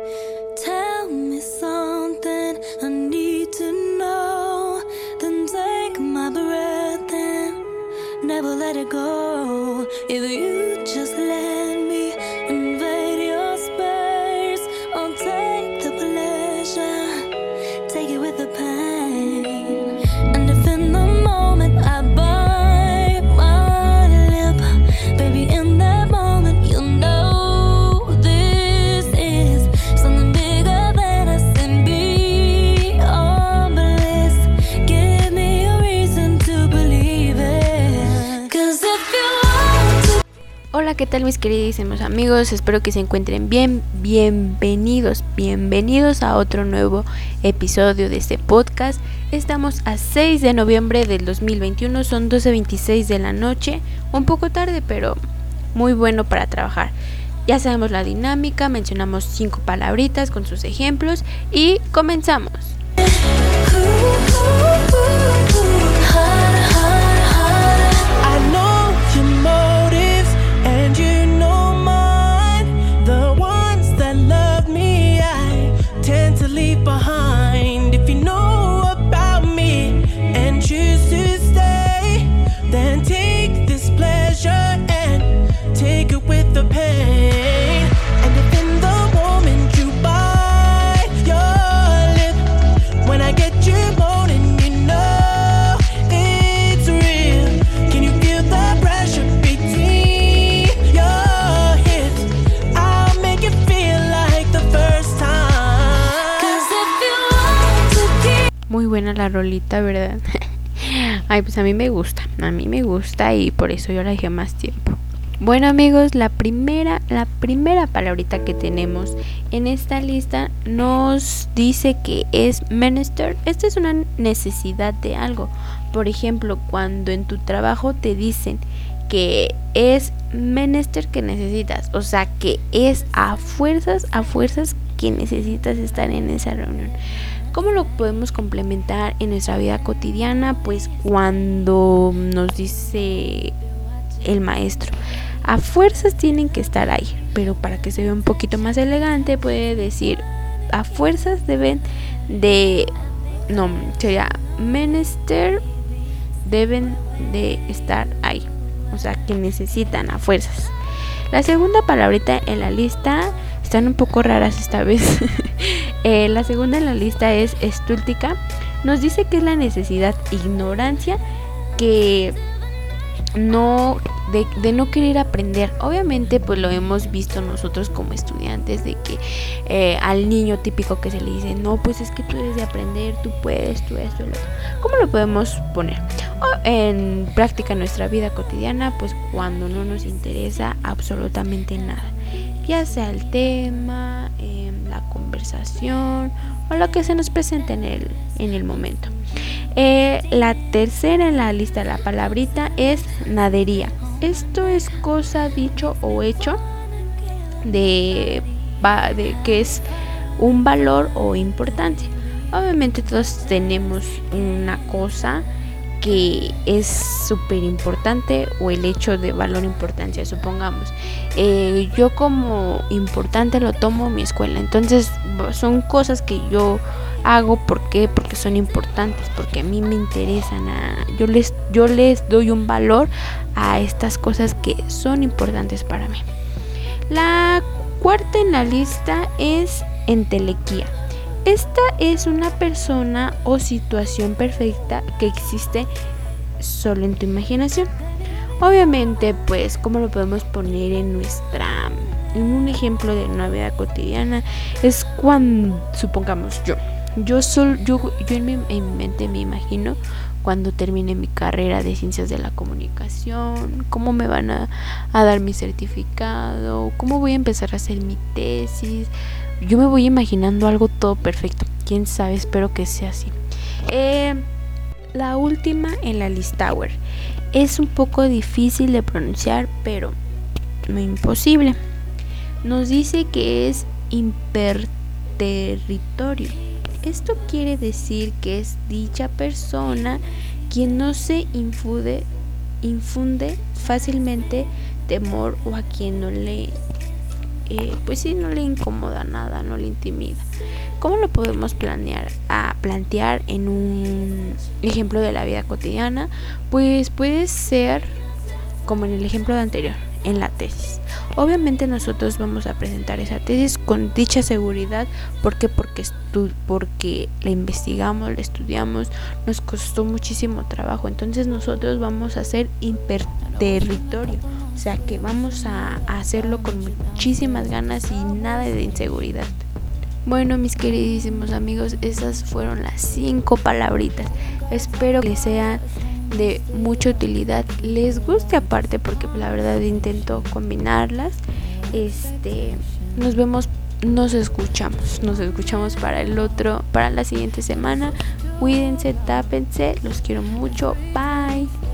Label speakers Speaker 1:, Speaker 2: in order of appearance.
Speaker 1: Tell me something I need to know, then take my breath and never let it go. If you just let me invade your space, I'll take the pleasure, take it with the pain. And if in the moment I bite my lip, baby, in that moment you'll know this is something bigger than us and beyond bliss. Give me a reason to believe it, 'cause if you want to.
Speaker 2: Hola, ¿qué tal mis queridísimos amigos? Espero que se encuentren bien. Bienvenidos a otro nuevo episodio de este podcast. Estamos a 6 de noviembre del 2021, son 12:26 de la noche, un poco tarde pero muy bueno para trabajar. Ya sabemos la dinámica, mencionamos 5 palabritas con sus ejemplos y comenzamos.
Speaker 3: I know your motives and you know mine. The ones that love me, I tend to leave behind. If you know about me and choose to stay, then take this pleasure and take it with the pain. And if in the moment you bite your lip, when I get you moaning, you know it's real. Can you feel the pressure between your hips? I'll make it feel like the first time.
Speaker 1: 'Cause if you want to keep.
Speaker 2: Muy buena la rolita, ¿verdad? Ay, pues a mí me gusta y por eso yo la dejé más tiempo. Bueno amigos, la primera palabrita que tenemos en esta lista nos dice que es menester. Esta es una necesidad de algo. Por ejemplo, cuando en tu trabajo te dicen que es menester que necesitas, o sea que es a fuerzas que necesitas estar en esa reunión. ¿Cómo lo podemos complementar en nuestra vida cotidiana? Pues cuando nos dice el maestro, a fuerzas tienen que estar ahí, pero para que se vea un poquito más elegante puede decir, a fuerzas deben de, no, sería menester, deben de estar ahí, o sea que necesitan a fuerzas. La segunda palabrita en la lista, están un poco raras esta vez. La segunda en la lista es estúltica. Nos dice que es la necesidad, ignorancia, que no de no querer aprender. Obviamente pues lo hemos visto nosotros como estudiantes, de que al niño típico que se le dice, no, pues es que tú debes de aprender, tú puedes, tú esto, lo otro. ¿Cómo lo podemos poner? O en práctica en nuestra vida cotidiana, pues cuando no nos interesa absolutamente nada, ya sea el tema, la conversación o lo que se nos presente en el momento. La tercera en la lista de la palabrita es nadería. Esto es cosa, dicho o hecho de que es un valor o importancia. Obviamente todos tenemos una cosa que es súper importante o el hecho de valor importancia. Supongamos, yo como importante lo tomo mi escuela, entonces son cosas que yo hago. ¿Por qué? Porque son importantes, porque a mí me interesan, yo les doy un valor a estas cosas que son importantes para mí. La cuarta en la lista es entelequía. Esta es una persona o situación perfecta que existe solo en tu imaginación. Obviamente, pues, ¿cómo lo podemos poner en un ejemplo de una vida cotidiana? Es cuando, supongamos, yo en mi mente me imagino cuando termine mi carrera de ciencias de la comunicación, cómo me van a dar mi certificado, cómo voy a empezar a hacer mi tesis. Yo me voy imaginando algo todo perfecto. Quién sabe, espero que sea así. La última en la lista es un poco difícil de pronunciar, pero no imposible. Nos dice que es imperterritorio. Esto quiere decir que es dicha persona quien no se infunde fácilmente temor o a quien no le pues sí, no le incomoda nada, no le intimida. ¿Cómo lo podemos plantear en un ejemplo de la vida cotidiana? Pues puede ser como en el ejemplo anterior, en la tesis. Obviamente nosotros vamos a presentar esa tesis con dicha seguridad. ¿Por qué? Porque la investigamos, la estudiamos, nos costó muchísimo trabajo. Entonces nosotros vamos a hacer imperterritorio, o sea que vamos a hacerlo con muchísimas ganas y nada de inseguridad. Bueno, mis queridísimos amigos, esas fueron las 5 palabritas. Espero que les sean de mucha utilidad, les guste aparte, porque la verdad intento combinarlas. Nos escuchamos para la siguiente semana. Cuídense, tápense, los quiero mucho, bye.